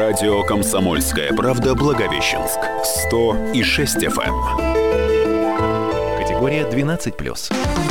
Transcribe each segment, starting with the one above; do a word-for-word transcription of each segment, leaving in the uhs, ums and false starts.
Радио «Комсомольская правда» Благовещенск. сто и шесть эф эм. Категория двенадцать плюс.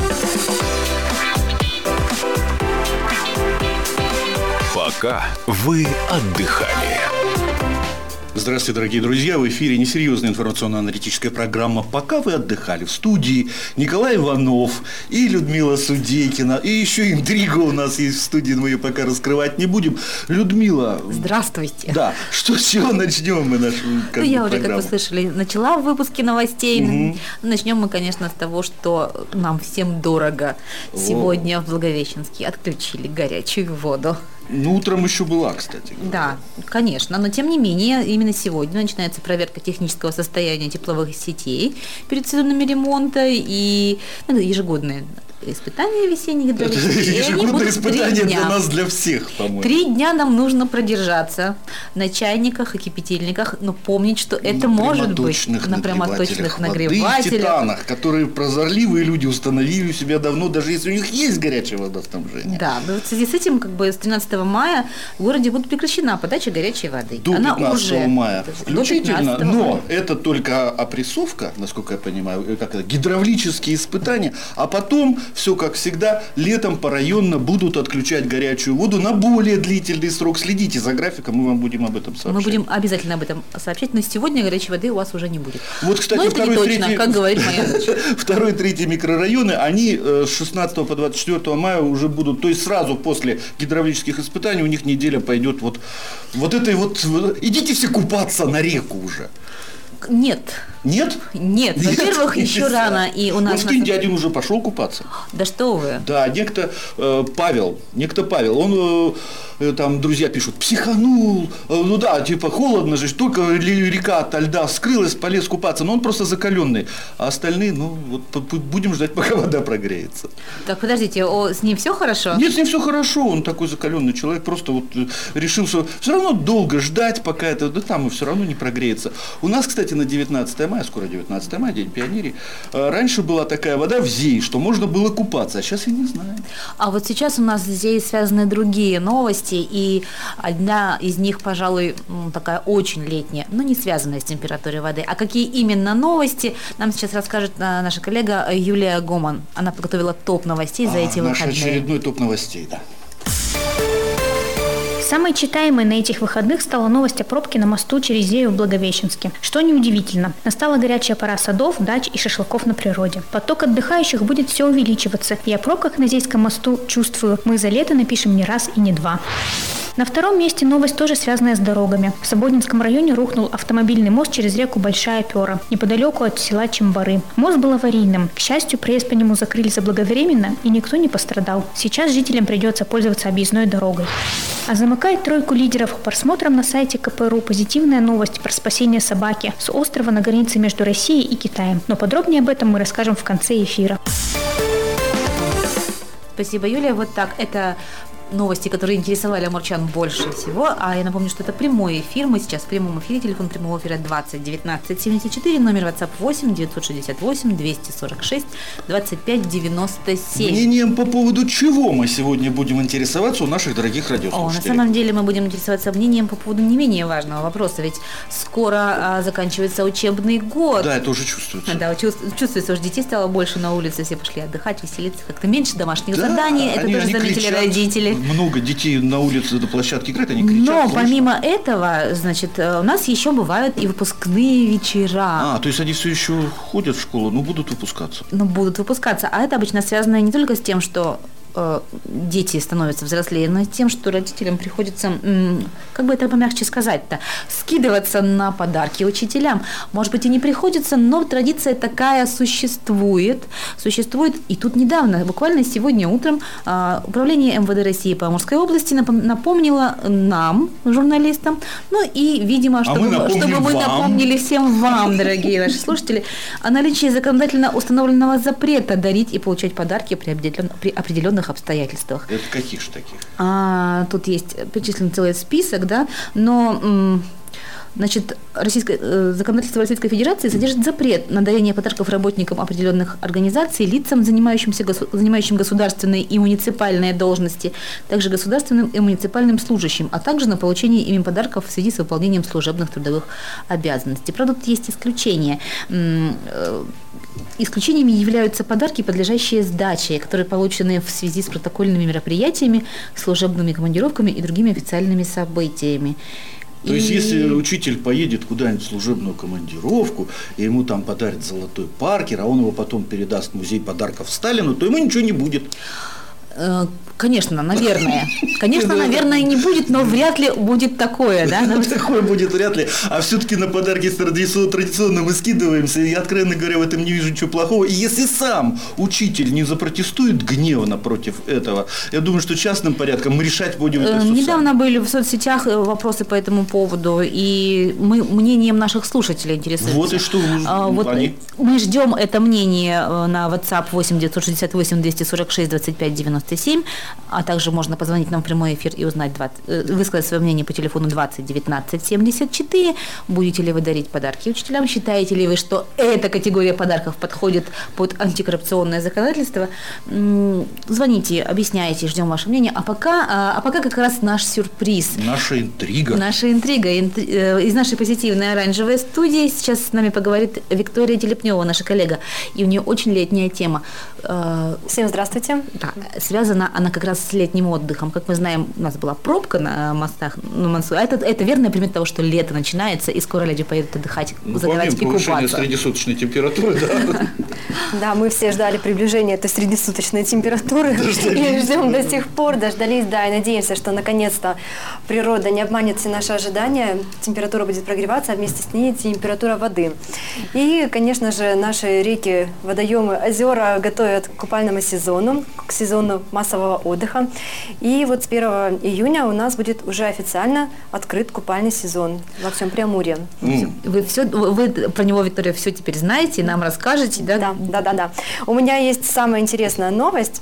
Пока вы отдыхали. Здравствуйте, дорогие друзья! В эфире несерьезная информационно-аналитическая программа «Пока вы отдыхали». В студии Николай Иванов и Людмила Судейкина. И еще интрига у нас есть в студии, мы ее пока раскрывать не будем. Людмила. Здравствуйте. Да. Что, с чего начнем мы нашу как ну, бы, я уже, программу? как вы слышали, начала в выпуске новостей. Угу. Начнем мы, конечно, с того, что нам всем дорого. О. Сегодня в Благовещенске отключили горячую воду. Ну, утром еще была, кстати говоря. Да, конечно, но тем не менее, именно сегодня начинается проверка технического состояния тепловых сетей перед сезонами ремонта и ну, ежегодные испытания весенних гидравлических. Ежегодные испытания для нас, для всех, по-моему. Три дня нам нужно продержаться на чайниках и кипятильниках, но помнить, что это на может быть на прямоточных нагревателях. Воды в титанах, которые прозорливые люди установили у себя давно, даже если у них есть горячая вода в снабжении. Да, но в связи с этим, как бы с тринадцатого мая в городе будет прекращена подача горячей воды. До Она пятнадцатого уже, мая включительно, но мая. Это только опрессовка, насколько я понимаю, как это, гидравлические испытания, а потом все как всегда, летом порайонно будут отключать горячую воду на более длительный срок. Следите за графиком, мы вам будем об этом сообщать. Мы будем обязательно об этом сообщать, но сегодня горячей воды у вас уже не будет. Вот, кстати, но это второй, не точно, третий, как говорит моя дочь. Второй, третий микрорайоны, они с шестнадцатого по двадцать четвёртого мая уже будут, то есть сразу после гидравлических испытаний у них неделя пойдет вот, вот этой вот, идите все купаться на реку уже. Нет. Нет? Нет. Во-первых, еще нельзя. рано. И у нас вот в один уже пошел купаться. Да что вы? Да, некто э, Павел, некто Павел, он э, там, друзья пишут, психанул, э, ну да, типа холодно же, только река ото льда вскрылась, полез купаться, но он просто закаленный, а остальные, ну, вот будем ждать, пока вода прогреется. Так, подождите, о, с ним все хорошо? Нет, с ним все хорошо, он такой закаленный человек, просто вот решил, что все равно долго ждать, пока это, да там и все равно не прогреется. У нас, кстати, на девятнадцатое мая, скоро девятнадцатое мая, День пионерии, раньше была такая вода в Зее, что можно было купаться, а сейчас я не знаю. А вот сейчас у нас здесь связаны другие новости, и одна из них, пожалуй, такая очень летняя, но не связанная с температурой воды. А какие именно новости, нам сейчас расскажет наша коллега Юлия Гоман. Она подготовила топ новостей за а, эти наш выходные. Наш очередной топ новостей, да. Самой читаемой на этих выходных стала новость о пробке на мосту через Зею в Благовещенске. Что неудивительно, настала горячая пора садов, дач и шашлыков на природе. Поток отдыхающих будет все увеличиваться, и о пробках на Зейском мосту, чувствую, мы за лето напишем не раз и не два. На втором месте новость тоже связанная с дорогами. В Соботинском районе рухнул автомобильный мост через реку Большая Пера, неподалеку от села Чембары. Мост был аварийным. К счастью, проезд по нему закрыли заблаговременно, и никто не пострадал. Сейчас жителям придется пользоваться объездной дорогой. А замыкает тройку лидеров просмотром на сайте ка пэ эр у позитивная новость про спасение собаки с острова на границе между Россией и Китаем. Но подробнее об этом мы расскажем в конце эфира. Спасибо, Юлия. Вот так, это новости, которые интересовали амурчан больше всего. А я напомню, что это прямой эфир. Мы сейчас в прямом эфире. Телефон прямого эфира двадцать девятнадцать семьдесят четыре. Номер WhatsApp восемь девятьсот шестьдесят восемь двести сорок шесть двадцать пять девяносто семь. Мнением по поводу чего мы сегодня будем интересоваться у наших дорогих радиослушателей? О, на самом деле мы будем интересоваться мнением по поводу не менее важного вопроса. Ведь скоро а, заканчивается учебный год. Да, это уже чувствуется. Да, чувствуется, что детей стало больше на улице. Все пошли отдыхать, веселиться. Как-то меньше домашних да, заданий. Это они, тоже они заметили кричат. Родители. Много детей на улице до площадки играют, они кричат. Но слышно. помимо этого, значит, у нас еще бывают и выпускные вечера. А, то есть они все еще ходят в школу, но будут выпускаться. Ну, будут выпускаться. А это обычно связано не только с тем, что э, дети становятся взрослее, но и с тем, что родителям приходится, м, как бы это помягче сказать-то, скидываться на подарки учителям. Может быть, и не приходится, но традиция такая существует. Существует. И тут недавно, буквально сегодня утром, э, Управление эм вэ дэ России по Амурской области напомнило нам, журналистам, ну и, видимо, чтобы, а мы, чтобы мы напомнили всем вам, дорогие наши слушатели, о наличии законодательно установленного запрета дарить и получать подарки при, определен, при определенных обстоятельствах. Это каких же таких? А, тут есть перечислен целый список, да, но м- Значит, российское, э, законодательство Российской Федерации содержит запрет на дарение подарков работникам определенных организаций, лицам, занимающимся, госу, занимающим государственные и муниципальные должности, также государственным и муниципальным служащим, а также на получение ими подарков в связи с выполнением служебных трудовых обязанностей. Правда, тут есть исключения. Исключениями являются подарки, подлежащие сдаче, которые получены в связи с протокольными мероприятиями, служебными командировками и другими официальными событиями. То есть, если учитель поедет куда-нибудь в служебную командировку, и ему там подарят золотой Паркер, а он его потом передаст в музей подарков Сталину, то ему ничего не будет. Конечно, наверное. Конечно, наверное, не будет, но вряд ли будет такое, да? Такое будет вряд ли. А все-таки на подарки традиционно мы скидываемся, и, откровенно говоря, в этом не вижу ничего плохого. И если сам учитель не запротестует гневно против этого, я думаю, что частным порядком мы решать будем это все Недавно сами. были в соцсетях вопросы по этому поводу, и мы мнением наших слушателей интересуемся. Вот и что а, вот они. Мы ждем это мнение на WhatsApp восемь девятьсот шестьдесят восемь двести сорок шесть двадцать пять девяносто семь, а также можно позвонить нам в прямой эфир и узнать, двадцать, высказать свое мнение по телефону двадцать девятнадцать семьдесят четыре. Будете ли вы дарить подарки учителям? Считаете ли вы, что эта категория подарков подходит под антикоррупционное законодательство? Звоните, объясняйте, ждем ваше мнение. А пока, а пока как раз наш сюрприз. Наша интрига. Наша интрига. Из нашей позитивной оранжевой студии сейчас с нами поговорит Виктория Телепнева, наша коллега. И у нее очень летняя тема. Всем здравствуйте. Да, связана она как раз с летним отдыхом. Как мы знаем, у нас была пробка на мостах, на Мансу. А это, это верная примета того, что лето начинается, и скоро люди поедут отдыхать, ну, загорать и купаться. Повышение среднесуточной температуры, да. Да, мы все ждали приближения этой среднесуточной температуры. И ждем до сих пор, дождались, да, и надеемся, что наконец-то природа не обманет все наши ожидания. Температура будет прогреваться, а вместе с ней температура воды. И, конечно же, наши реки, водоемы, озера готовят к купальному сезону, к сезону массового отдыха. И вот с первого июня у нас будет уже официально открыт купальный сезон во всем Преамурье. Mm. Вы, все, вы про него, Виктория, все теперь знаете, нам расскажете, да? Да, да, да, да. У меня есть самая интересная новость.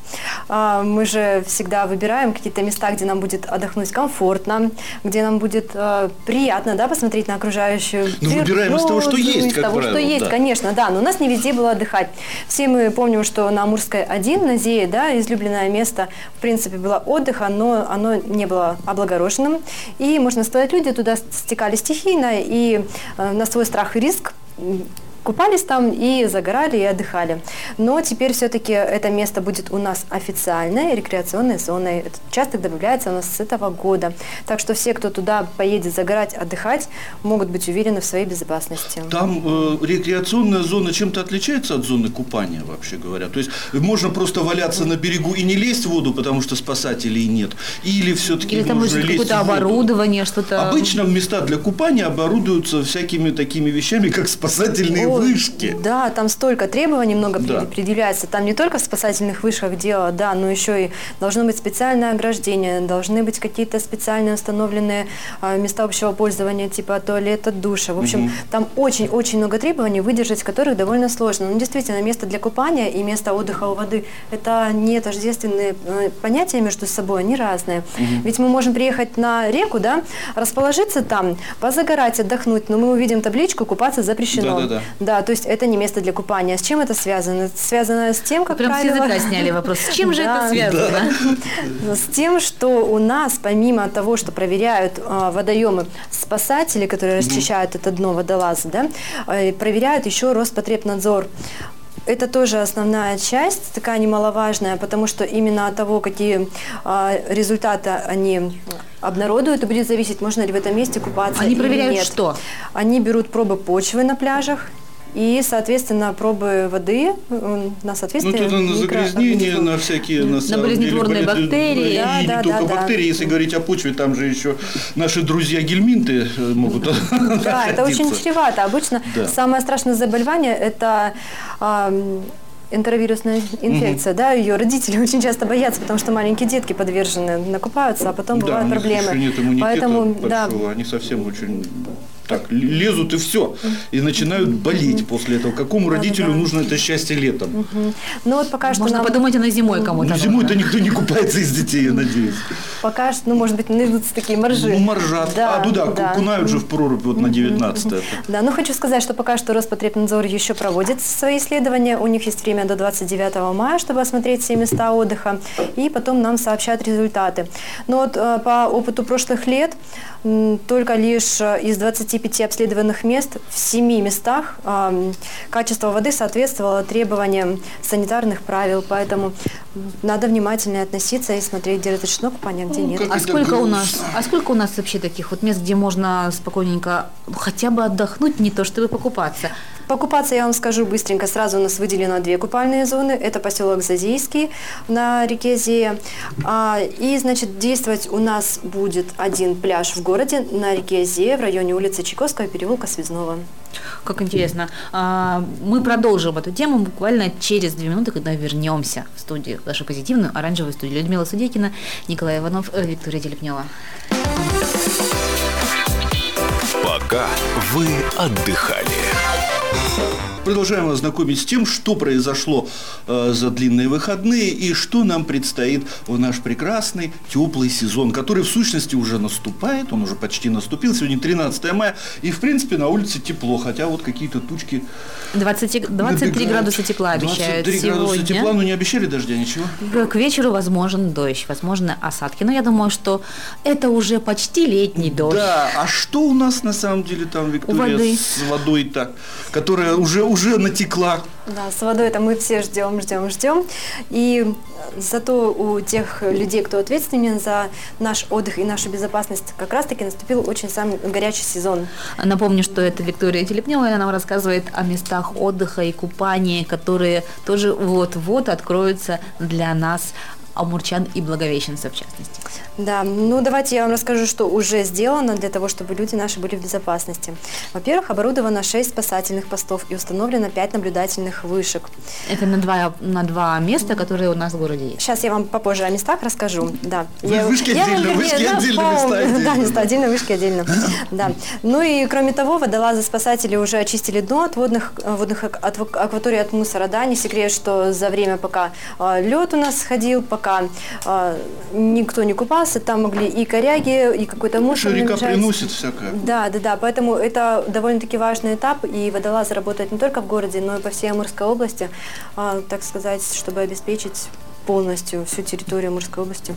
Мы же всегда выбираем какие-то места, где нам будет отдохнуть комфортно, где нам будет приятно, да, посмотреть на окружающую ну, природу. Выбираем из того, что есть, из как того, правило, что есть, да. конечно, да. Но у нас не везде было отдыхать. Все мы помним, что на Амурской один, на Зее, да, излюбленное место, в принципе, было отдыха, но оно не было облагороженным. И, можно сказать, люди туда стекали стихийно и э, на свой страх и риск купались там и загорали, и отдыхали. Но теперь все-таки это место будет у нас официальной рекреационной зоной. Этот участок добавляется у нас с этого года. Так что все, кто туда поедет загорать, отдыхать, могут быть уверены в своей безопасности. Там э, рекреационная зона чем-то отличается от зоны купания, вообще говоря? То есть можно просто валяться на берегу и не лезть в воду, потому что спасателей нет? Или все-таки Или там нужно лезть какое-то в воду? оборудование, что-то... Обычно места для купания оборудуются всякими такими вещами, как спасательные вышки. Да, там столько требований много да. предъявляется. Там не только в спасательных вышках дело, да, но еще и должно быть специальное ограждение, должны быть какие-то специальные установленные а, места общего пользования, типа туалета, душа. В общем, угу. там очень-очень много требований, выдержать которых довольно сложно. Но действительно, место для купания и место отдыха у воды – это не тождественные понятия между собой, они разные. Угу. Ведь мы можем приехать на реку, да, расположиться там, позагорать, отдохнуть, но мы увидим табличку «Купаться запрещено». Да, да, да. Да, то есть это не место для купания. С чем это связано? Это связано с тем, как Прям правило... Прям с языка сняли вопрос. С чем же это связано? Да. С тем, что у нас, помимо того, что проверяют а, водоемы спасатели, которые расчищают это дно водолаза, да, а, проверяют еще Роспотребнадзор. Это тоже основная часть, такая немаловажная, потому что именно от того, какие а, результаты они обнародуют, и будет зависеть, можно ли в этом месте купаться они или проверяют нет. Что? Они берут пробы почвы на пляжах и, соответственно, пробы воды на соответствие. Ну, это на загрязнение, на всякие... На, на болезнетворные бактерии. Да, и да, не только да, бактерии, да. если говорить о почве, там же еще наши друзья-гельминты могут находиться. Да, это очень чревато. Обычно да. самое страшное заболевание – это... энтеровирусная инфекция, угу. да, ее родители очень часто боятся, потому что маленькие детки подвержены, накупаются, а потом да, бывают у них проблемы. еще нет иммунитета Поэтому, большого, да, они совсем очень так лезут и все. И начинают болеть после этого. Какому родителю нужно это счастье летом? Ну вот пока что Можно нам... подумать, оно зимой кому-то. Ну, зимой-то никто не купается из детей, я надеюсь. Пока что, ну, может быть, найдутся такие моржи. Ну, моржат. Да, а, ну да, да. кунают же в прорубь вот на девятнадцатое. Да, но хочу сказать, что пока что Роспотребнадзор еще проводит свои исследования. У них есть время до двадцать девятого мая, чтобы осмотреть все места отдыха, и потом нам сообщат результаты. Но вот э, по опыту прошлых лет м, только лишь из двадцати пяти обследованных мест в семи местах э, качество воды соответствовало требованиям санитарных правил, поэтому надо внимательно относиться и смотреть, где разрешено купание, а где Ну, нет. как А это сколько у грустно. нас, а сколько у нас вообще таких вот мест, где можно спокойненько хотя бы отдохнуть, не то чтобы покупаться? Покупаться, я вам скажу быстренько, сразу у нас выделено две купальные зоны. Это поселок Зазейский на реке Зея. А, и, значит, действовать у нас будет один пляж в городе на реке Зея в районе улицы Чайковского, переулка Связного. Как интересно. А, Мы продолжим эту тему буквально через две минуты, когда вернемся в студию, нашу позитивную оранжевую студию. Людмила Судейкина, Николай Иванов, э, Виктория Делепнева. Пока вы отдыхали. Продолжаем вас знакомить с тем, что произошло э, за длинные выходные и что нам предстоит в наш прекрасный теплый сезон, который в сущности уже наступает, он уже почти наступил, сегодня тринадцатое мая, и в принципе на улице тепло, хотя вот какие-то тучки двадцать, двадцать три набегают. градуса тепла обещают двадцать три градуса сегодня. тепла, но не обещали дождя, ничего? К вечеру возможен дождь, возможны осадки. Но я думаю, что это уже почти летний дождь. Да, а что у нас на самом деле там, Виктория, воды. с водой-то, которая уже, уже натекла? Да, с водой это мы все ждем, ждем, ждем. И зато у тех людей, кто ответственен за наш отдых и нашу безопасность, как раз-таки наступил очень самый горячий сезон. Напомню, что это Виктория Телепнева, и она нам рассказывает о местах отдыха и купания, которые тоже вот-вот откроются для нас, амурчан и благовещенцев в частности. Да, ну давайте я вам расскажу, что уже сделано для того, чтобы люди наши были в безопасности. Во-первых, оборудовано шесть спасательных постов и установлено пять наблюдательных вышек. Это на два, на два места, которые у нас в городе есть. Сейчас я вам попозже о местах расскажу. Да. Вы- Я- вышки я вам, отдельно, вернее, вышки да, отдельно, по- места отдельно. Да, места отдельно, вышки отдельно. Да. Ну и кроме того, водолазы-спасатели уже очистили дно от водных, водных ак- от акваторий от мусора. Да, не секрет, что за время, пока э, лед у нас сходил, пока э, никто не купался, там могли и коряги, и какой-то мусор Что река набежать. приносит всякое. Да, да, да. Поэтому это довольно-таки важный этап, и водолазы работают не только в городе, но и по всей Амурской области, а, так сказать, чтобы обеспечить полностью всю территорию Амурской области,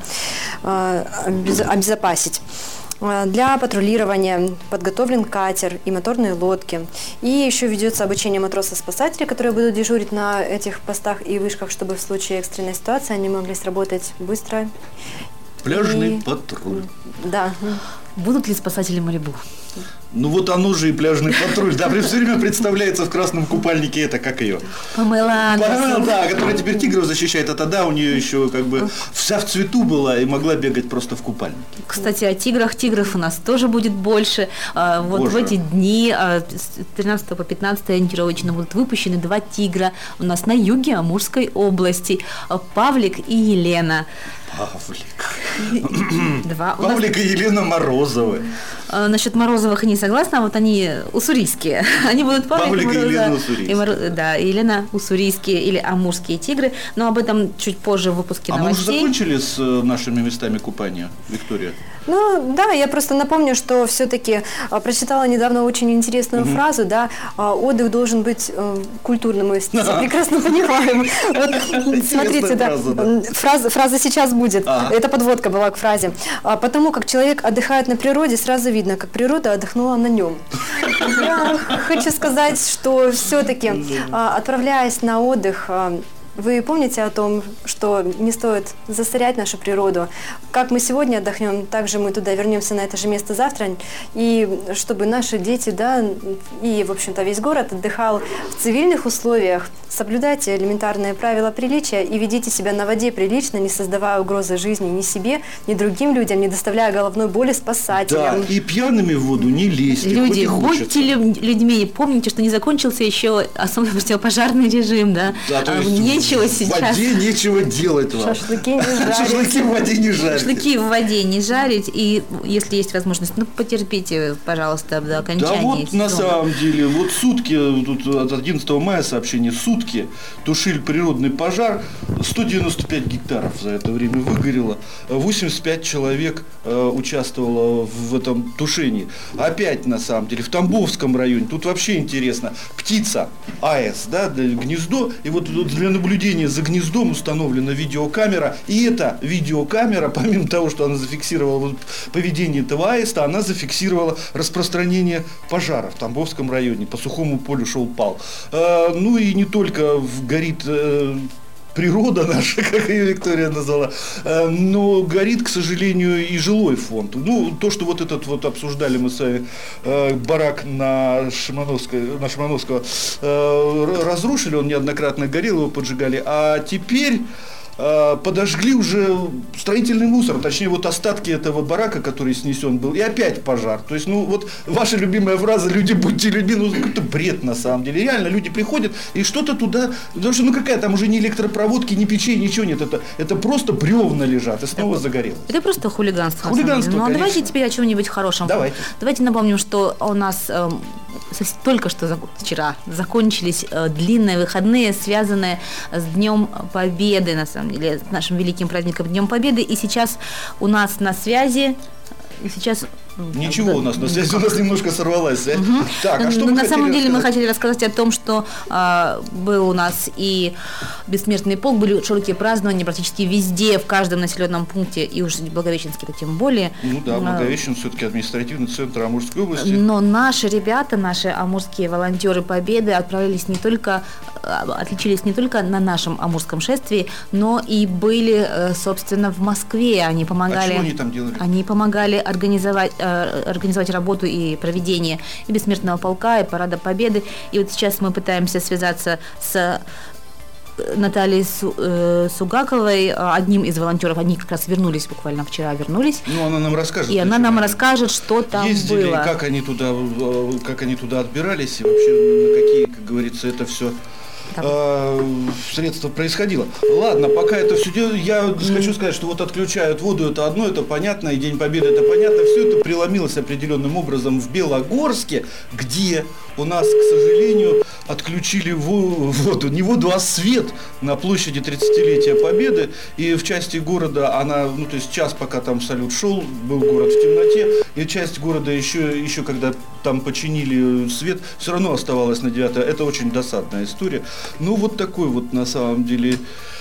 а, обез- обезопасить. А, Для патрулирования подготовлен катер и моторные лодки. И еще ведется обучение матросов-спасателей, которые будут дежурить на этих постах и вышках, чтобы в случае экстренной ситуации они могли сработать быстро. Пляжный И- патруль. Да. Будут ли спасатели Марибу? Ну вот оно же и пляжный патруль. Да, все время представляется в красном купальнике это, как ее? Памела Андерсон. Да, которая теперь тигров защищает, а тогда у нее еще как бы вся в цвету была и могла бегать просто в купальнике. Кстати, о тиграх. Тигров у нас тоже будет больше. А, Вот Боже. в эти дни а, с тринадцатого по пятнадцатое ориентировочно будут выпущены два тигра у нас на юге Амурской области. А, Павлик и Елена. Павлик. Два. У нас, Павлик и Елена Морозовы. а, насчет Морозовых не согласна, а вот они уссурийские. Они будут Павлик, Павлик и Морозова Елена уссурийские. и Моро- Да, и Елена уссурийские или амурские тигры. Но об этом чуть позже в выпуске А мы уже новостей. закончили с э, нашими местами купания, Виктория? Ну да, я просто напомню, что все-таки а, прочитала недавно очень интересную фразу, да, а, отдых должен быть э, культурным, мы все прекрасно понимаем. Вот, смотрите, да, фраза, да. м, фраза, фраза сейчас будет, Ага. это подводка была к фразе. А, потому как человек отдыхает на природе, сразу видно, как природа отдохнула на нем. Я хочу сказать, что все-таки, отправляясь на отдых, а, вы помните о том, что не стоит засорять нашу природу? Как мы сегодня отдохнем, так же мы туда вернемся на это же место завтра. И чтобы наши дети, да, и, в общем-то, весь город отдыхал в цивильных условиях. Соблюдайте элементарные правила приличия и ведите себя на воде прилично, не создавая угрозы жизни ни себе, ни другим людям, не доставляя головной боли Да, спасателям. и пьяными в воду не лезьте, хоть Люди, и хочется. будьте лю- людьми, помните, что не закончился еще особенно противопожарный режим, да, Да, то А, есть нечего нечего В сейчас. воде нечего делать вам. Шашлыки не жарить. Шашлыки в воде не жарить. Шашлыки в воде не жарить. И если есть возможность, ну, потерпите, пожалуйста, до окончания Да вот сезона. на самом деле, вот сутки, тут от одиннадцатого мая сообщение, сутки тушили природный пожар, сто девяносто пять гектаров за это время выгорело, восемьдесят пять человек э, участвовало в этом тушении. Опять на самом деле в Тамбовском районе, тут вообще интересно, птица, аэс, да, гнездо, и вот для наблюдения за гнездом установлена видеокамера, и эта видеокамера, помимо того, что она зафиксировала вот поведение этого аиста, она зафиксировала распространение пожара в Тамбовском районе, по сухому полю шел пал. Э, ну и не только горит э, природа наша, как ее Виктория назвала, э, но горит, к сожалению, и жилой фонд. Ну, то, что вот этот вот обсуждали мы с вами, э, барак на Шимановской, на Шимановского э, разрушили, он неоднократно горел, его поджигали, а теперь подожгли уже строительный мусор, точнее вот остатки этого барака, который снесен был, и опять пожар. То есть, ну вот ваша любимая фраза «люди, будьте людьми», ну какой-то бред на самом деле. Реально люди приходят и что-то туда, потому что ну какая там уже ни электропроводки, ни печей, ничего нет, это, это просто бревна лежат, и снова это, загорелось. Это просто хулиганство. Хулиганство, Ну а конечно. давайте теперь о чем-нибудь хорошем. Давайте. Давайте напомним, что у нас э, только что вчера закончились э, длинные выходные, связанные с Днем Победы, на самом деле, с нашим великим праздником Днем Победы. И сейчас у нас на связи, и сейчас... Ничего у нас, но связь у нас немножко сорвалась. Угу. Так, а что ну, мы на самом деле рассказать? мы хотели рассказать о том, что а, был у нас и бессмертный полк, были широкие празднования практически везде, в каждом населенном пункте, и уж в Благовещенске-то тем более. Ну да, Благовещенск все-таки административный центр Амурской области. Но наши ребята, наши амурские волонтеры Победы отправились не только, отличились не только на нашем амурском шествии, но и были, собственно, в Москве. Они помогали, а что они там делали? Они помогали организовать организовать работу и проведение и Бессмертного полка, и Парада Победы. И вот сейчас мы пытаемся связаться с Натальей Сугаковой, одним из волонтеров. Они как раз вернулись, буквально вчера вернулись. Ну, она нам расскажет. И она нам расскажет, что там ездили, было. Как они туда, как они туда отбирались, и вообще на какие, как говорится, это все э, средства происходило. Ладно, пока это все дело, я mm. хочу сказать, что вот отключают воду, это одно, это понятно, и День Победы, это понятно. Все это преломилось определенным образом в Белогорске, где у нас, к сожалению, отключили воду, не воду, а свет на площади тридцатилетия Победы. И в части города она, ну то есть час, пока там салют шел, был город в темноте, и часть города еще, еще когда там починили свет, все равно оставалась на девятое. Это очень досадная история. Ну вот такой вот на самом деле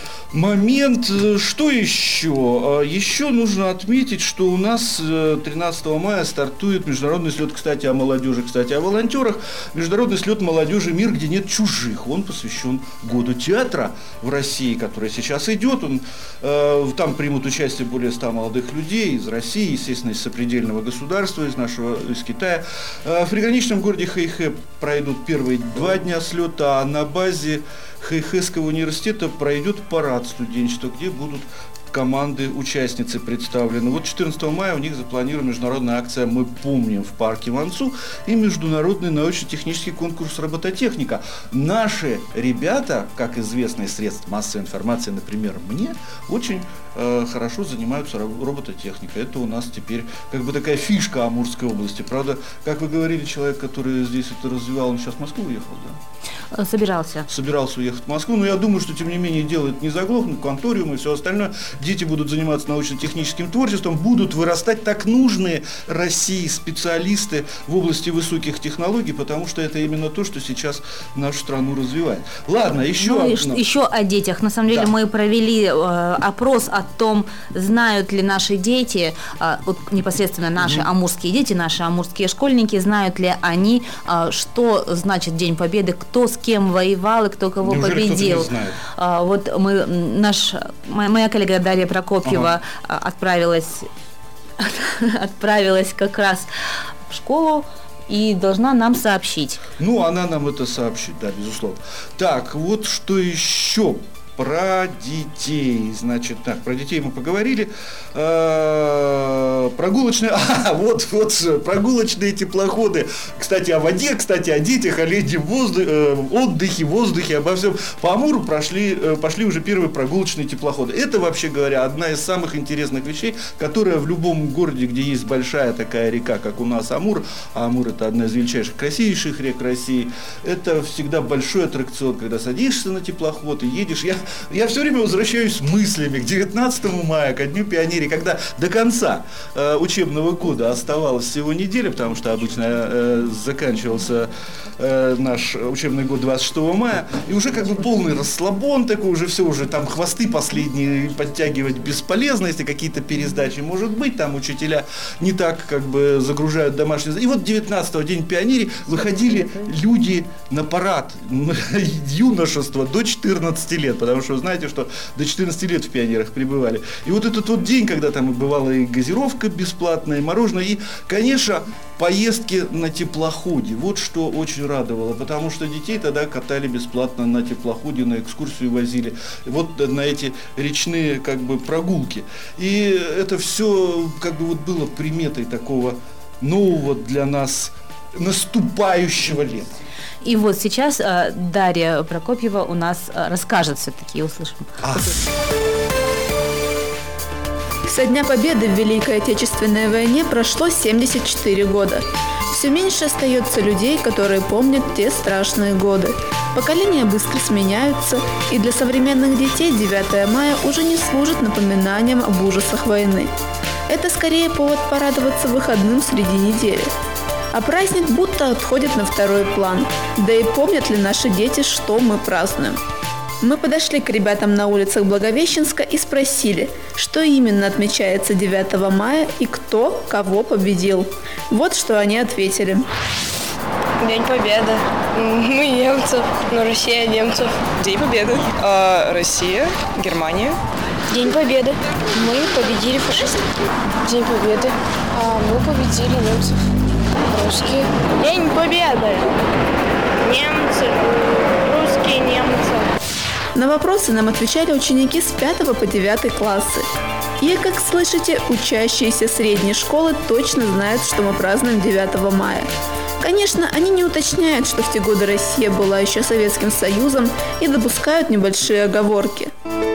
момент. Что еще? Еще нужно отметить, что у нас тринадцатого мая стартует международный слет, кстати, о молодежи, кстати, о волонтерах. Международный слет молодежи «Мир, где нет чужих». Он посвящен году театра в России, который сейчас идет. Он, э, там примут участие более ста молодых людей из России, естественно, из сопредельного государства, из нашего, из Китая. Э, в приграничном городе Хэйхэ пройдут первые два дня слета, а на базе Хэйхэского университета пройдет парад студенчества, где будут команды, участницы представлены. Вот четырнадцатого мая у них запланирована международная акция «Мы помним» в парке Мансу и международный научно-технический конкурс «Робототехника». Наши ребята, как известные средства массовой информации, например, мне, очень э, хорошо занимаются робототехникой. Это у нас теперь как бы такая фишка Амурской области. Правда, как вы говорили, человек, который здесь это развивал, он сейчас в Москву уехал, да? Собирался. Собирался уехать в Москву, но я думаю, что, тем не менее, делает не заглохнут, кванториум и все остальное. Дети будут заниматься научно-техническим творчеством, будут вырастать так нужные России специалисты в области высоких технологий, потому что это именно то, что сейчас нашу страну развивает. Ладно, еще ну, одно. Еще о детях. На самом деле да. мы провели э, опрос о том, знают ли наши дети, э, вот непосредственно наши mm-hmm. амурские дети, наши амурские школьники, знают ли они, э, что значит День Победы, кто с кем воевал и кто кого Неужели победил. Кто-то не знает? Э, вот мы, наш, моя, моя коллега Дарья Прокопьева ага. отправилась, отправилась как раз в школу и должна нам сообщить. Ну, она нам это сообщит, да, безусловно. Так, вот что еще про детей. Значит, так, про детей мы поговорили. Прогулочные, а, вот, вот, прогулочные теплоходы. Кстати, о воде, кстати, о детях, о летнем воздухе, отдыхе, воздухе, обо всем. По Амуру прошли, пошли уже первые прогулочные теплоходы. Это, вообще говоря, одна из самых интересных вещей, которая в любом городе, где есть большая такая река, как у нас Амур, а Амур — это одна из величайших, красивейших рек России, это всегда большой аттракцион, когда садишься на теплоход и едешь. Я, я все время возвращаюсь мыслями к девятнадцатому мая, ко Дню пионерии, когда до конца э, учебного года оставалось всего неделя, потому что обычно э, заканчивался э, наш учебный год двадцать шестого мая, и уже как бы полный расслабон такой, уже все, уже там хвосты последние подтягивать бесполезно, если какие-то пересдачи, может быть, там учителя не так как бы загружают домашние. И вот девятнадцатого, День пионерии, выходили люди на парад юношества до четырнадцати лет, потому что вы знаете, что до четырнадцати лет в пионерах пребывали. И вот этот вот день, когда там бывала и газировка бесплатная, и мороженое, и, конечно, поездки на теплоходе. Вот что очень радовало, потому что детей тогда катали бесплатно на теплоходе, на экскурсию возили. Вот на эти речные как бы прогулки. И это все как бы вот было приметой такого нового для нас наступающего лета. И вот сейчас э, Дарья Прокопьева у нас э, расскажет все-таки, услышим. А. Со Дня Победы в Великой Отечественной войне прошло семьдесят четыре года. Все меньше остается людей, которые помнят те страшные годы. Поколения быстро сменяются, и для современных детей девятое мая уже не служит напоминанием об ужасах войны. Это скорее повод порадоваться выходным среди недели. А праздник будто отходит на второй план. Да и помнят ли наши дети, что мы празднуем? Мы подошли к ребятам на улицах Благовещенска и спросили, что именно отмечается девятого мая и кто кого победил. Вот что они ответили. День Победы. Мы немцев, но Россия немцев. День Победы. А, Россия, Германия. День Победы. Мы победили фашистов. День Победы. А мы победили немцев. Русские. День Победы. Немцы. Русские, немцы. На вопросы нам отвечали ученики с пятого по девятый классы. И, как слышите, учащиеся средней школы точно знают, что мы празднуем девятого мая. Конечно, они не уточняют, что в те годы Россия была еще Советским Союзом, и допускают небольшие оговорки.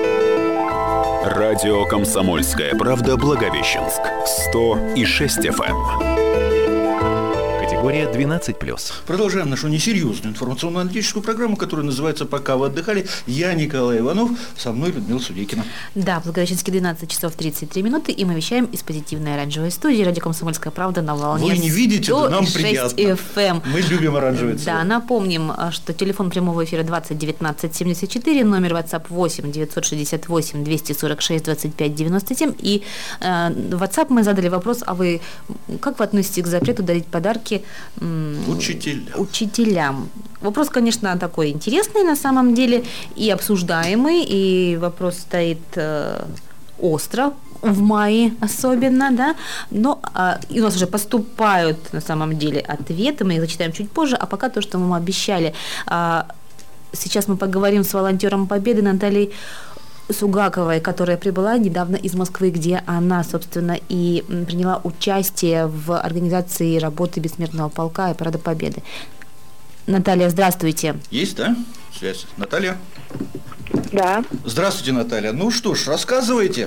Радио «Комсомольская правда» Благовещенск. сто и шесть эф эм. Категория двенадцать плюс. Продолжаем нашу несерьезную информационно-аналитическую программу, которая называется «Пока вы отдыхали». Я Николай Иванов, со мной Людмила Судейкина. Да, в Благовещенске двенадцать часов тридцать три минуты, и мы вещаем из позитивной оранжевой студии «Радио Комсомольская правда» на волне Вы не видите, да нам сто шесть приятно. эф эм. Мы любим оранжевый цвет. Да, напомним, что телефон прямого эфира двадцать девятнадцать семьдесят четыре, номер WhatsApp восемь девятьсот шестьдесят восемь двести сорок шесть двадцать пять девяносто семь. И э, в WhatsApp мы задали вопрос, а вы как вы относитесь к запрету дарить подарки м- Учителям. учителям? Вопрос, конечно, такой интересный на самом деле и обсуждаемый, и вопрос стоит э, остро, в мае особенно, да, но а, и у нас уже поступают на самом деле ответы, мы их зачитаем чуть позже, а пока то, что мы вам обещали. А, сейчас мы поговорим с волонтером Победы Натальей Сугаковой, которая прибыла недавно из Москвы, где она, собственно, и приняла участие в организации работы Бессмертного полка и Парада Победы. Наталья, здравствуйте. Есть, да? Связь. Наталья? Да. Здравствуйте, Наталья. Ну что ж, рассказывайте.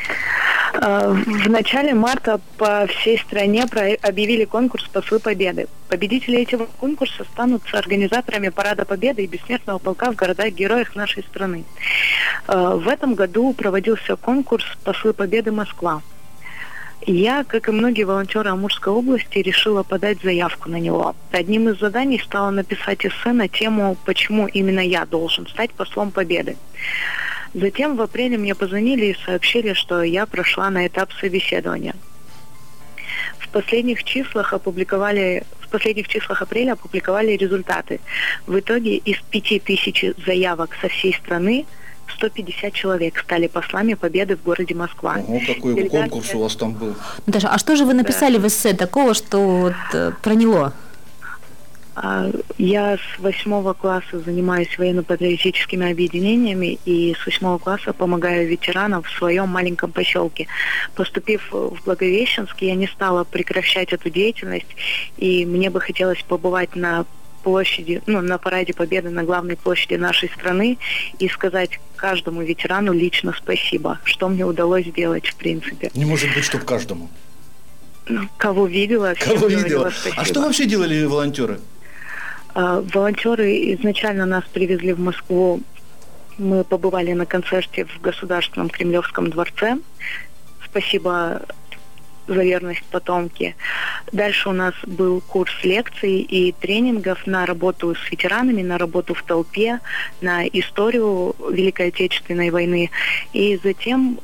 В начале марта по всей стране объявили конкурс «Послы Победы». Победители этого конкурса станут организаторами Парада Победы и Бессмертного полка в городах-героях нашей страны. В этом году проводился конкурс «Послы Победы Москва». Я, как и многие волонтеры Амурской области, решила подать заявку на него. Одним из заданий стало написать эссе на тему «Почему именно я должен стать послом Победы?». Затем в апреле мне позвонили и сообщили, что я прошла на этап собеседования. В последних числах опубликовали, в последних числах апреля опубликовали результаты. В итоге из пяти тысяч заявок со всей страны сто пятьдесят человек стали послами Победы в городе Москва. Ого, какой Делегация... конкурс у вас там был. Наташа, а что же вы написали да. в эссе такого, что вот, э, проняло? А, Я с восьмого класса занимаюсь военно-патриотическими объединениями и с восьмого класса помогаю ветеранам в своем маленьком поселке. Поступив в Благовещенск, я не стала прекращать эту деятельность, и мне бы хотелось побывать на площади, ну, на параде Победы, на главной площади нашей страны и сказать каждому ветерану лично спасибо, что мне удалось сделать, в принципе. Не может быть, чтобы каждому. Ну, кого видела, всем Кого говорила видела? спасибо. А что вообще делали волонтеры? А, волонтеры изначально нас привезли в Москву. Мы побывали на концерте в Государственном Кремлевском дворце. Спасибо за верность потомки. Дальше у нас был курс лекций и тренингов на работу с ветеранами, на работу в толпе, на историю Великой Отечественной войны. И затем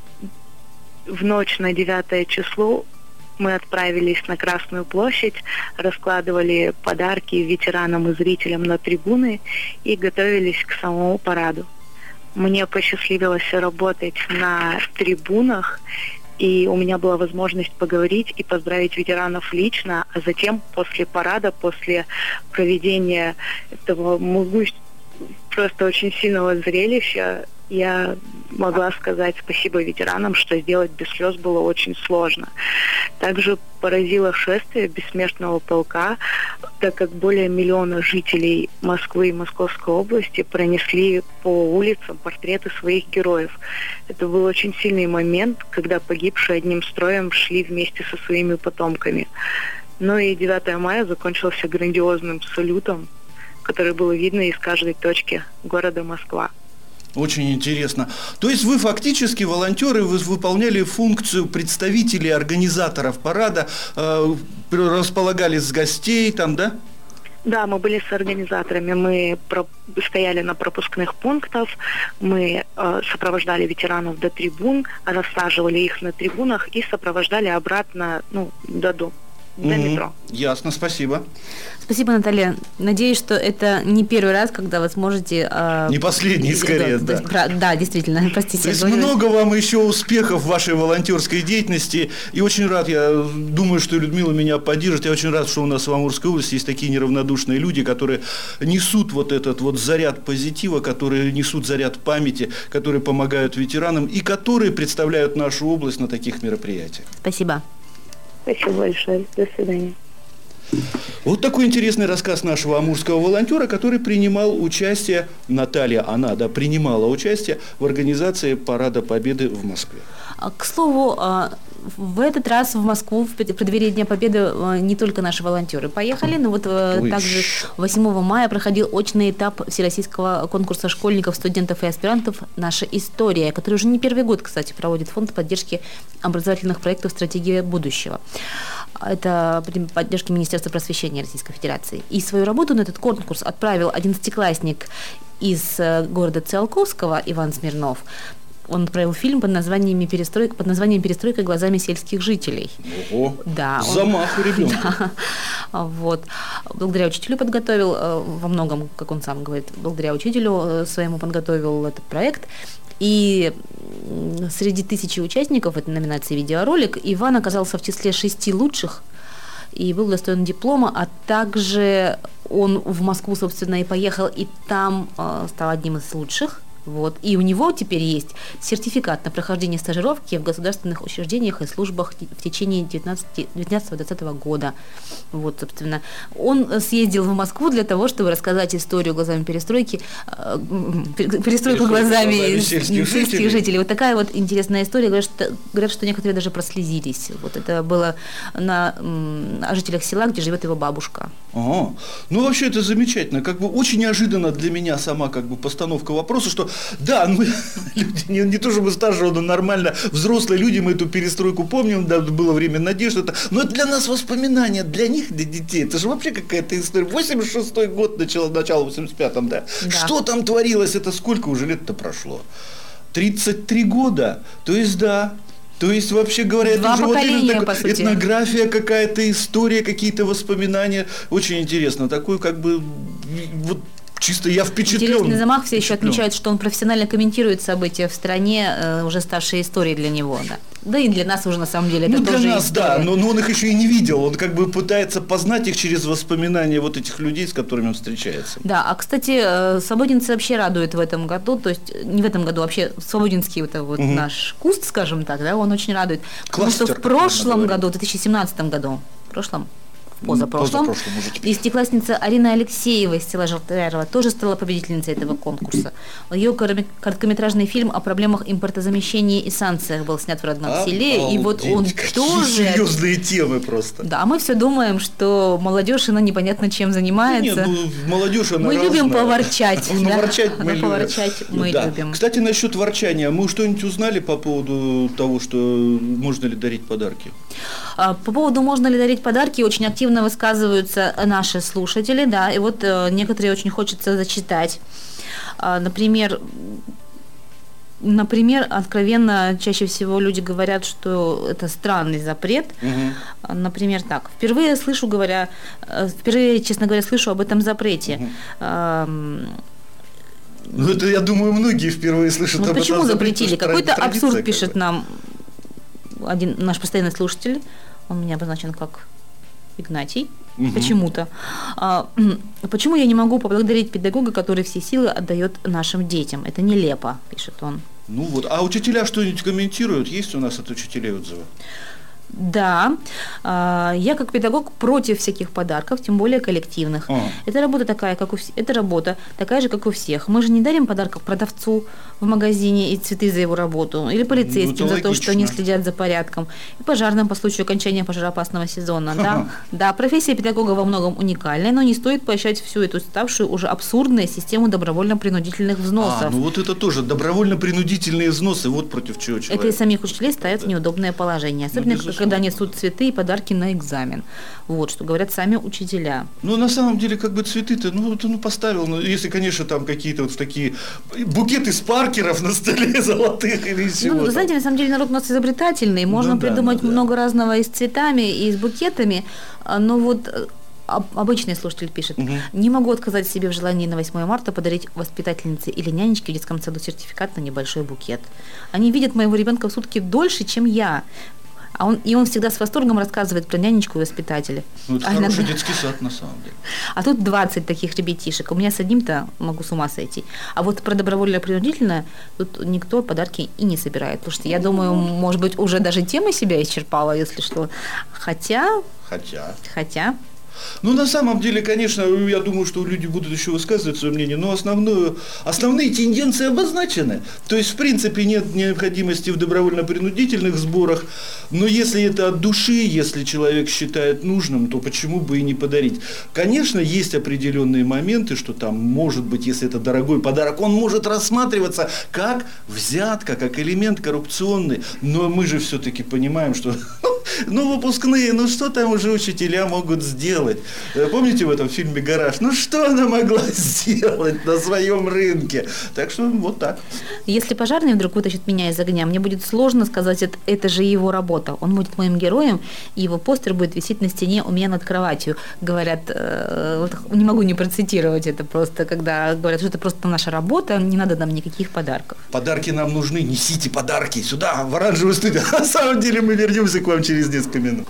в ночь на девятое число мы отправились на Красную площадь, раскладывали подарки ветеранам и зрителям на трибуны и готовились к самому параду. Мне посчастливилось работать на трибунах, и у меня была возможность поговорить и поздравить ветеранов лично, а затем после парада, после проведения этого могущественного, просто очень сильного зрелища, я могла сказать спасибо ветеранам, что сделать без слез было очень сложно. Также поразило шествие бессмертного полка, так как более миллиона жителей Москвы и Московской области пронесли по улицам портреты своих героев. Это был очень сильный момент, когда погибшие одним строем шли вместе со своими потомками. Ну и девятое мая закончился грандиозным салютом, который было видно из каждой точки города Москва. Очень интересно. То есть вы фактически, волонтеры, вы выполняли функцию представителей, организаторов парада, э, располагали с гостей там, да? Да, мы были с организаторами, мы про- стояли на пропускных пунктах, мы э, сопровождали ветеранов до трибун, рассаживали их на трибунах и сопровождали обратно, ну, до дома. До Угу. метро. Ясно, спасибо. Спасибо, Наталья. Надеюсь, что это не первый раз, когда вы сможете... Э, Не последний, скорее, да. да. То есть, про- да, действительно, простите. То есть говорю- много вам еще успехов в вашей волонтерской деятельности. И очень рад, я думаю, что Людмила меня поддержит. Я очень рад, что у нас в Амурской области есть такие неравнодушные люди, которые несут вот этот вот заряд позитива, которые несут заряд памяти, которые помогают ветеранам и которые представляют нашу область на таких мероприятиях. Спасибо. Спасибо большое. До свидания. Вот такой интересный рассказ нашего амурского волонтера, который принимал участие, Наталья, она, да, принимала участие в организации Парада Победы в Москве. К слову, в этот раз в Москву в преддверии Дня Победы не только наши волонтеры поехали, но вот Ой. также восьмого мая проходил очный этап всероссийского конкурса школьников, студентов и аспирантов «Наша история», который уже не первый год, кстати, проводит фонд поддержки образовательных проектов «Стратегия будущего». Это при поддержке Министерства просвещения Российской Федерации. И свою работу на этот конкурс отправил одиннадцатиклассник из города Циолковского Иван Смирнов. Он отправил фильм под названием «Перестройка», под названием «Перестройка глазами сельских жителей». Ого, да, замах у ребенка. Да, вот. Благодаря учителю подготовил, во многом, как он сам говорит, благодаря учителю своему подготовил этот проект. И среди тысячи участников этой номинации «Видеоролик» Иван оказался в числе шести лучших и был удостоен диплома, а также он в Москву, собственно, и поехал, и там стал одним из лучших. Вот. И у него теперь есть сертификат на прохождение стажировки в государственных учреждениях и службах в течение девятнадцатого-двадцатого года. Вот, собственно. Он съездил в Москву для того, чтобы рассказать историю глазами перестройки, перестройку глазами, глазами сельских, сельских жителей. жителей. Вот такая вот интересная история. Говорят, что, говорят, что некоторые даже прослезились. Вот это было на, о жителях села, где живет его бабушка. Ага. Ну, вообще это замечательно. Как бы очень неожиданно для меня сама как бы постановка вопроса, что да, мы люди, не, не то чтобы старшие, но нормально взрослые люди, мы эту перестройку помним, да, было время надежды, это, но это для нас воспоминания, для них, для детей, это же вообще какая-то история. восемьдесят шестой год, начало, начало восемьдесят пятом, да. да. Что там творилось, это сколько уже лет-то прошло? тридцать три года, то есть да. То есть, вообще говоря, Два это уже поколения, вот по сути. Этнография какая-то, история, какие-то воспоминания. Очень интересно. Такой как бы вот чисто я впечатлен. Интересный замах, все еще впечатлен. отмечают, что он профессионально комментирует события в стране, э, уже ставшие историей для него, да. Да и для нас уже на самом деле это ну, для тоже нас, история. да, но, но он их еще и не видел, он как бы пытается познать их через воспоминания вот этих людей, с которыми он встречается. Да, а, кстати, э, свободинцы вообще радуют в этом году, то есть не в этом году, вообще свободинский это вот угу. наш куст, скажем так, да, он очень радует. Потому Кластер, что в прошлом году, в две тысячи семнадцатом году, в прошлом, позапрошлом, Позапрошлом, десятиклассница Арина Алексеева из села Желтоярова тоже стала победительницей этого конкурса. Ее короткометражный фильм о проблемах импортозамещения и санкциях был снят в родном а, селе, а, и вот он какие тоже... серьезные темы просто. Да, а мы все думаем, что молодежь, она непонятно чем занимается. Да нет, ну, молодежь, она Мы разная. любим поворчать. Ну, да? ворчать мы любим. Поворчать мы Да. любим. Кстати, насчет ворчания. Мы что-нибудь узнали по поводу того, что можно ли дарить подарки? По поводу можно ли дарить подарки, очень активно высказываются наши слушатели, да, и вот э, некоторые очень хочется зачитать. А, например, например, откровенно чаще всего люди говорят, что это странный запрет. Угу. Например, так. Впервые слышу, говоря, впервые, честно говоря, слышу об этом запрете. Угу. А, ну, это, я думаю, многие впервые слышат вот об этом. Почему запретили? Какой-то абсурд как пишет бы. нам один наш постоянный слушатель. Он у меня обозначен как Игнатий. Угу. Почему-то. А, почему я не могу поблагодарить педагога, который все силы отдает нашим детям? Это нелепо, пишет он. Ну вот. А учителя что-нибудь комментируют? Есть у нас от учителей отзывы? Да, я как педагог против всяких подарков, тем более коллективных. А. Это работа такая, как у всех. Это работа такая же, как у всех. Мы же не дарим подарков продавцу в магазине и цветы за его работу, или полицейским ну, за то, что они следят за порядком, и пожарным по случаю окончания пожароопасного сезона. Да? Да, профессия педагога во многом уникальная, но не стоит поощрять всю эту ставшую уже абсурдную систему добровольно-принудительных взносов. А, ну вот это тоже добровольно-принудительные взносы, вот против чего человек. Это и самих учителей ставят да. в неудобное положение, особенно ну, когда несут цветы и подарки на экзамен. Вот, что говорят сами учителя. Ну, на самом деле, как бы цветы-то, ну, ты ну, поставил, ну, если, конечно, там какие-то вот такие букеты спаркеров на столе золотых или чего. Ну, вы знаете, на самом деле народ у нас изобретательный, можно ну, да, придумать ну, много да. разного и с цветами, и с букетами, но вот обычный слушатель пишет, угу. не могу отказать себе в желании на восьмое марта подарить воспитательнице или нянечке в детском саду сертификат на небольшой букет. Они видят моего ребенка в сутки дольше, чем я. А он, и он всегда с восторгом рассказывает про нянечку и воспитателя. Ну, это а хороший иногда... детский сад, на самом деле. А тут двадцать таких ребятишек. У меня с одним-то могу с ума сойти. А вот про добровольно-принудительное тут никто подарки и не собирает. Потому что я думаю, может быть, уже даже тема себя исчерпала, если что. Хотя... Хотя... Хотя... Ну, на самом деле, конечно, я думаю, что люди будут еще высказывать свое мнение, но основную, основные тенденции обозначены. То есть, в принципе, нет необходимости в добровольно-принудительных сборах, но если это от души, если человек считает нужным, то почему бы и не подарить? Конечно, есть определенные моменты, что там, может быть, если это дорогой подарок, он может рассматриваться как взятка, как элемент коррупционный, но мы же все-таки понимаем, что, ну, выпускные, ну, что там уже учителя могут сделать? Помните в этом фильме «Гараж»? Ну, что она могла сделать на своем рынке? Так что вот так. Если пожарный вдруг вытащит меня из огня, мне будет сложно сказать, это, это же его работа. Он будет моим героем, и его постер будет висеть на стене у меня над кроватью. Говорят, э, вот, не могу не процитировать это просто, когда говорят, что это просто наша работа, не надо нам никаких подарков. Подарки нам нужны, несите подарки сюда, в оранжевую студию. На самом деле мы вернемся к вам через несколько минут.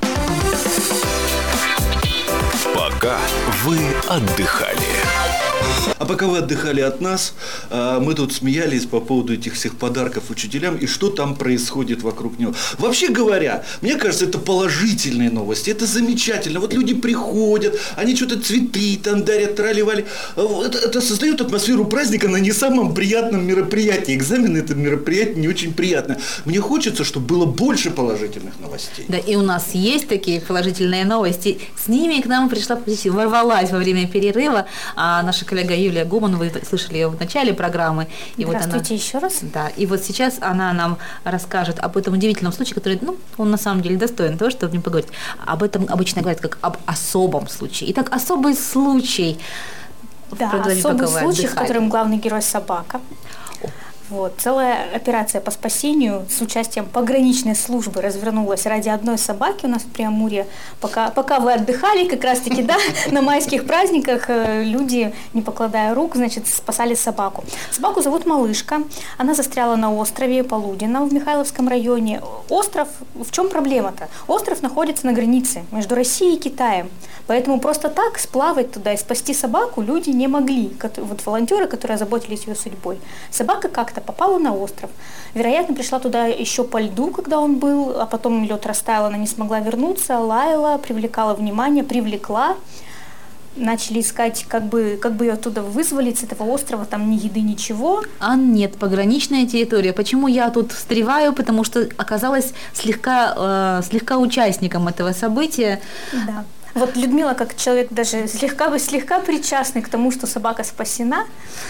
Пока вы отдыхали. А пока вы отдыхали от нас, мы тут смеялись по поводу этих всех подарков учителям и что там происходит вокруг него. Вообще говоря, мне кажется, это положительные новости, это замечательно. Вот люди приходят, они что-то цветы там дарят, трали-вали. Это, это создает атмосферу праздника на не самом приятном мероприятии. Экзамены – это мероприятие не очень приятное. Мне хочется, чтобы было больше положительных новостей. Да, и у нас есть такие положительные новости. С ними к нам пришла, ворвалась во время перерыва а наша коллега Юлия Гуман, вы слышали ее в начале программы. И Здравствуйте вот она, еще раз. Да, и вот сейчас она нам расскажет об этом удивительном случае, который, ну, он на самом деле достоин того, чтобы не поговорить. Об этом обычно говорят как об особом случае. Итак, особый случай. Да, особый случай, в котором главный герой собака. Вот. Целая операция по спасению с участием пограничной службы развернулась ради одной собаки у нас в Преамурье. Пока, пока вы отдыхали, как раз-таки, да, на майских праздниках люди, не покладая рук, значит, спасали собаку. Собаку зовут Малышка. Она застряла на острове Полудина в Михайловском районе. Остров, в чем проблема-то? Остров находится на границе между Россией и Китаем. Поэтому просто так сплавать туда и спасти собаку люди не могли. Вот волонтеры, которые озаботились ее судьбой. Собака как-то попала на остров. Вероятно, пришла туда еще по льду, когда он был, а потом лед растаял, она не смогла вернуться, лаяла, привлекала внимание, привлекла. Начали искать, как бы, как бы ее оттуда вызволить с этого острова, там ни еды, ничего. А нет, пограничная территория. Почему я тут встреваю? Потому что оказалась слегка, э, слегка участником этого события. Да. Вот Людмила, как человек даже слегка, слегка причастный к тому, что собака спасена.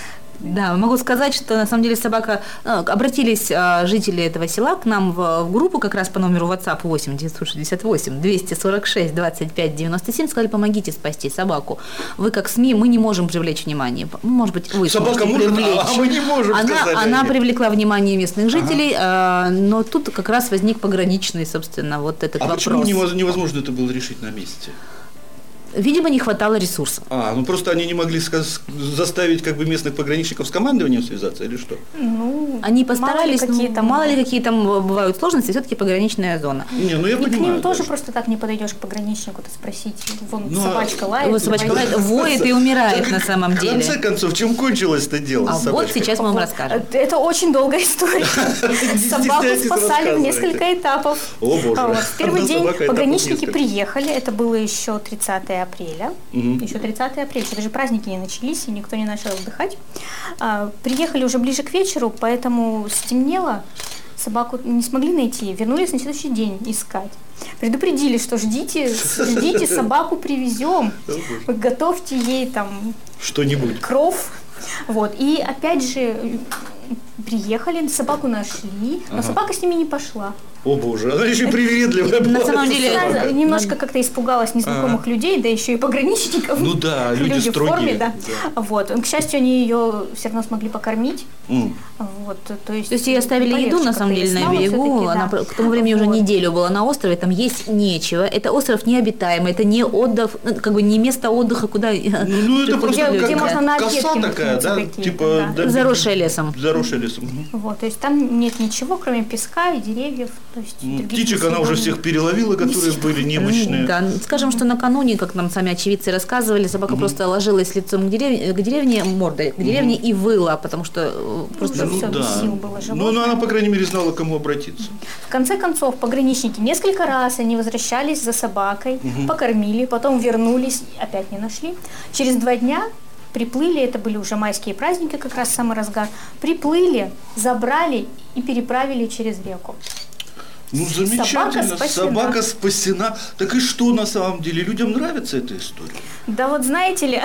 Да, могу сказать, что на самом деле собака... Ну, обратились а, жители этого села к нам в, в группу как раз по номеру WhatsApp восемь девятьсот шестьдесят восемь двести сорок шесть двадцать пять девяносто семь, сказали, помогите спасти собаку. Вы как СМИ, мы не можем привлечь внимание. Может быть, вы собака может, привлечь. А мы не можем, она, сказали она они. привлекла внимание местных жителей, ага. а, но тут как раз возник пограничный, собственно, вот этот а вопрос. А почему невозможно это было решить на месте? Видимо, не хватало ресурсов. А, ну просто они не могли сказ- заставить как бы местных пограничников с командованием связаться или что? Ну, они постарались, мало ли какие, ну, там... мало ли какие там бывают сложности, все-таки пограничная зона. Не, ну я и понимаю, к ним даже. тоже просто так не подойдешь к пограничнику-то спросить. Вон ну, собачка лает. Вот собачка лает, воет и умирает на самом деле. В конце концов, чем кончилось это дело а с собачкой? Вот сейчас мы вам расскажем. Это очень долгая история. Собаку спасали в несколько этапов. О боже. В первый день пограничники приехали, это было еще тридцатое апреля. Еще тридцатое апреля, еще даже праздники не начались, и никто не начал отдыхать. А, приехали уже ближе к вечеру, поэтому стемнело, собаку не смогли найти, вернулись на следующий день искать. Предупредили, что ждите, ждите, собаку привезем, готовьте ей там что-нибудь. Кров. Вот. И опять же приехали, собаку нашли, но ага. собака с ними не пошла. О боже, она еще привередливая была. На самом деле, она немножко как-то испугалась незнакомых а. людей, да еще и пограничников. Ну да, люди, люди строгие. В форме, да. да. Вот. К счастью, они ее все равно смогли покормить. Mm. Вот. То есть, то есть ей оставили еду, на самом деле, на берегу. Она да. к тому времени вот. уже неделю была на острове, там есть нечего. Это остров необитаемый, это не отдых, как бы не место отдыха, куда... Ну, это просто где, как, где можно на коса такая, да? Типа, да. Да, заросшая лесом. Заросшая лесом. Вот, то есть там нет ничего, кроме песка и деревьев. То есть птичек она уже всех переловила, которые были немощные. Да, скажем, что накануне, как нам сами очевидцы рассказывали, собака mm-hmm. просто ложилась лицом к деревне, к деревне мордой, к деревне mm-hmm. и выла, потому что просто ну, все, да. сил было животное. Ну, она, по крайней мере, знала, к кому обратиться. В конце концов, пограничники несколько раз они возвращались за собакой, mm-hmm. покормили, потом вернулись, опять не нашли. Через два дня приплыли, это были уже майские праздники, как раз самый разгар, приплыли, забрали и переправили через реку. Ну, замечательно, собака спасена. собака спасена. Так и что на самом деле? Людям нравится эта история? Да вот знаете ли...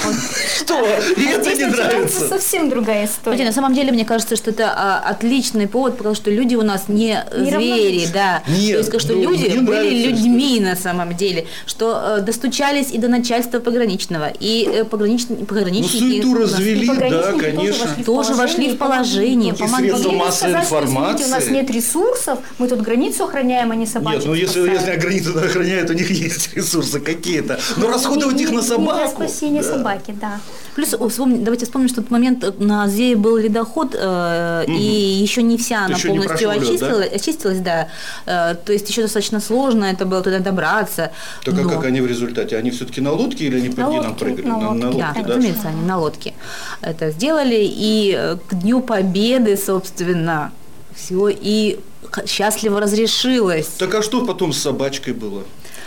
Что? И это не нравится? Совсем другая история. На самом деле, мне кажется, что это отличный повод, потому что люди у нас не звери, да. То есть, что люди были людьми на самом деле, что достучались и до начальства пограничного, и пограничники... Ну, суету развели, да, конечно. Тоже вошли в положение. И средства массовой информации. У нас нет ресурсов, мы тут границу охраняем, а не собачек. Нет, ну если, если границу охраняют, у них есть ресурсы какие-то. Но расходовать их на собаку. Для спасения да. собаки, да. Плюс вспомни, давайте вспомним, что в тот момент на Зее был ледоход, э, угу. и еще не вся она еще полностью очистилась, да? очистилась, да. Э, то есть еще достаточно сложно это было туда добраться. Так но... а как они в результате? Они все-таки на лодке или они по дням прыгали? На лодке, на, на лодке да, да, разумеется, они на лодке это сделали. И к Дню Победы, собственно, все и счастливо разрешилось. Так а что потом с собачкой было?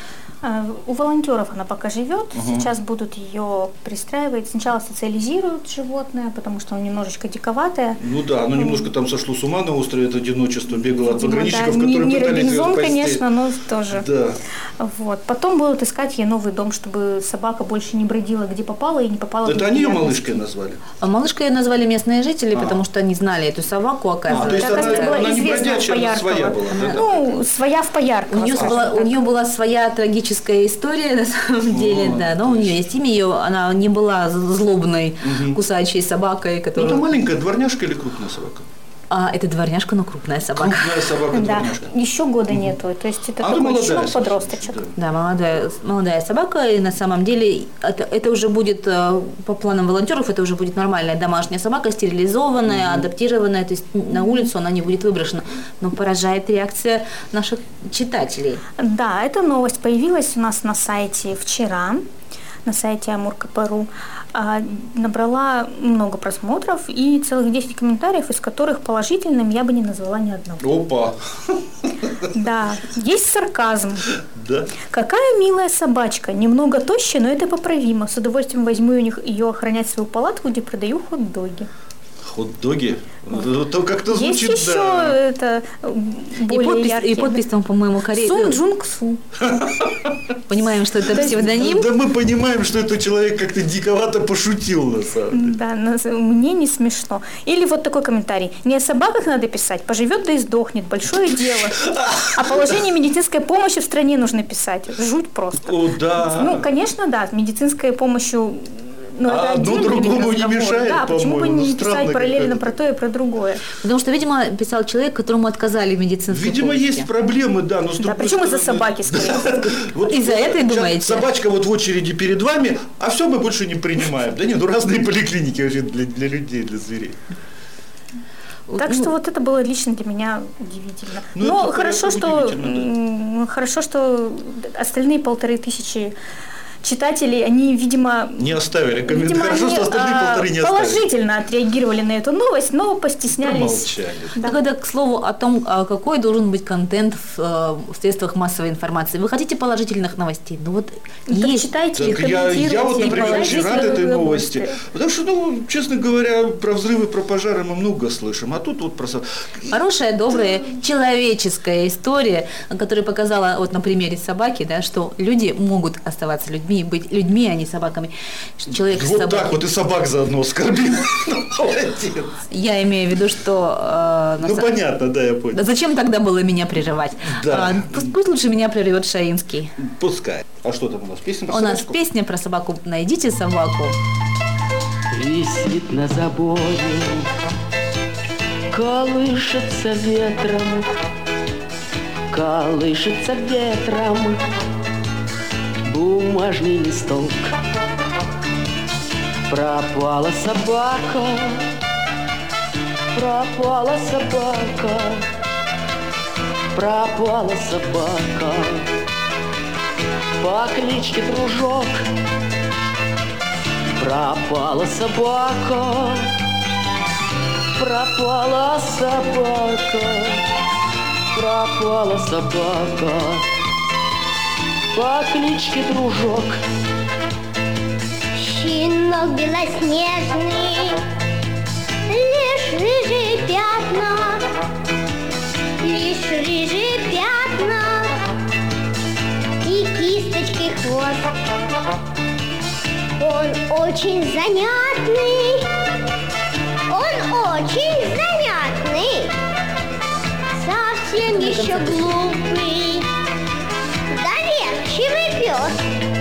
У волонтеров она пока живет, угу. сейчас будут ее пристраивать. Сначала социализируют животное, потому что оно немножечко диковатое. Ну да, оно немножко там сошло с ума на острове от одиночества, бегало от пограничников, да, которые не, не пытались Робинзон, ее спасти. конечно, но тоже. Да. Вот. Потом будут искать ей новый дом, чтобы собака больше не бродила, где попала, и не попала. Это они ее малышкой назвали? А малышкой ее назвали местные жители, а. потому что они знали эту собаку, оказывается. А, то есть она, она, была она не бродячая, она своя была? Она, да, ну, да, своя в Поярково. У нее, была, у нее была своя трагическая история, на самом деле, О, да, но у нее есть имя, ее, она не была злобной, угу. кусачей собакой, которая... Ну, это маленькая дворняжка или крупная собака? А это дворняжка, но крупная собака. Крупная собака, Да, дворняжка. еще года нету. То есть это А, ну, такой молодая щенок, собака. подросточек. Да. Да, молодая, молодая собака, и на самом деле это, это уже будет, э, по планам волонтеров, это уже будет нормальная домашняя собака, стерилизованная, mm-hmm. адаптированная, то есть на улицу она не будет выброшена. Но поражает реакция наших читателей. Да, эта новость появилась у нас на сайте вчера, на сайте амурка точка ру. Набрала много просмотров и целых десять комментариев, из которых положительным я бы не назвала ни одного. Опа! Да, есть сарказм. Да? Какая милая собачка, немного тощая, но это поправимо. С удовольствием возьму у них ее охранять свою палатку, где продаю хот-доги. Хот-доги? Вот. То как-то звучит, Есть еще да. это более и подпись, яркие. и подпись там, по-моему, корейская. Сун Джунг Су. Понимаем, что это псевдоним. Да мы понимаем, что этот человек как-то диковато пошутил, на самом деле. Да, мне не смешно. Или вот такой комментарий. Не о собаках надо писать, поживет да и сдохнет, большое дело. О положении медицинской помощи в стране нужно писать. Жуть просто. О, да. Ну, конечно, да, с медицинской помощью. Но А это одно отдельный другому не разговор. мешает, Да, почему бы по-моему, не странно писать параллельно как-то. про то и про другое? Потому что, видимо, писал человек, которому отказали в медицинской Видимо, помощи. есть проблемы, да. Но с Да, другой причем из-за стороны- собаки, скорее всего. Вот Из-за этой, сейчас думаете? Собачка вот в очереди перед вами, а все мы больше не принимаем. Да нет, ну разные поликлиники вообще для, для людей, для зверей. Так Ну, что вот это было лично для меня удивительно. Ну, Но это хорошо, прям что удивительно, м, хорошо, что остальные полторы тысячи читателей, они, видимо, Не оставили комментарий. видимо, Хорошо, они, что остальные а, полторы не оставили. положительно отреагировали на эту новость, но постеснялись. Промолчали. Да. Так это, к слову, о том, а, какой должен быть контент в, э, в средствах массовой информации. Вы хотите положительных новостей? Ну вот Ну, так есть. читайте их, Так я, я вот, комментируйте, например, очень рад положительные этой удовольствия. новости. Потому что, ну, честно говоря, про взрывы, про пожары мы много слышим. А тут вот про... со- Хорошая, добрая, человеческая история, которая показала вот на примере собаки, да, что люди могут оставаться людьми, быть людьми, а не собаками. Что человек с Вот собакой. так вот и собак заодно оскорбил. Молодец. Я имею в виду, что э, на Ну, са- понятно, да, я понял. Да зачем тогда было меня прерывать? Да. А, пусть, пусть лучше меня прервет Шаинский. Пускай. А что там у нас? Песня про У нас собачку? песня про собаку. Найдите собаку. Висит на заборе, колышется ветром, колышется ветром бумажный листок. Пропала собака, пропала собака, пропала собака по кличке Дружок. Пропала собака, пропала собака, пропала собака по кличке Дружок. Щенок белоснежный, лишь рыжие пятна, лишь рыжие пятна и кисточки хвост. Он очень занятный, он очень занятный, совсем еще глупый, доверчивый пес.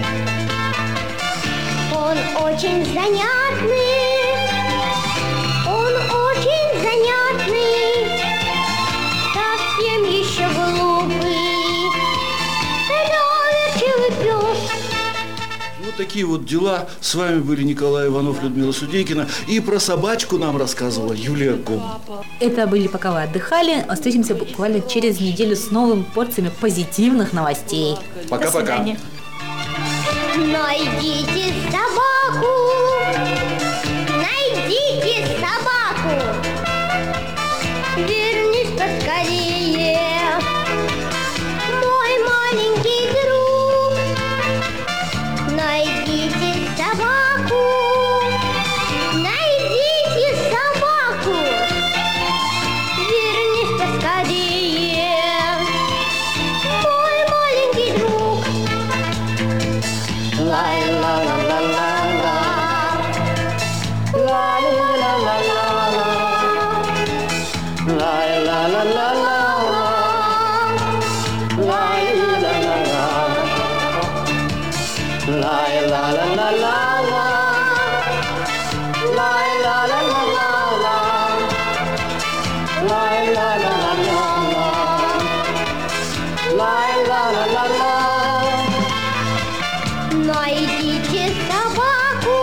Он очень занятный, он очень занятный, совсем еще глупый, доверчивый пес. Вот такие вот дела. С вами были Николай Иванов, Людмила Судейкина. И про собачку нам рассказывала Юлия Гом. Это были «Пока вы отдыхали». Встретимся буквально через неделю с новыми порциями позитивных новостей. До Пока-пока. свидания. Найдите собаку, найдите собаку, вернись поскорее, мой маленький друг. Найдите собаку, найдите собаку, вернись поскорее, мой маленький друг. Найдите собаку,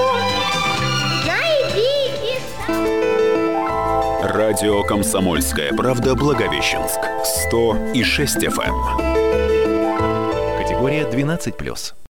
найдите собаку. Радио «Комсомольская правда» Благовещенск. сто и шесть эф эм. Категория двенадцать плюс.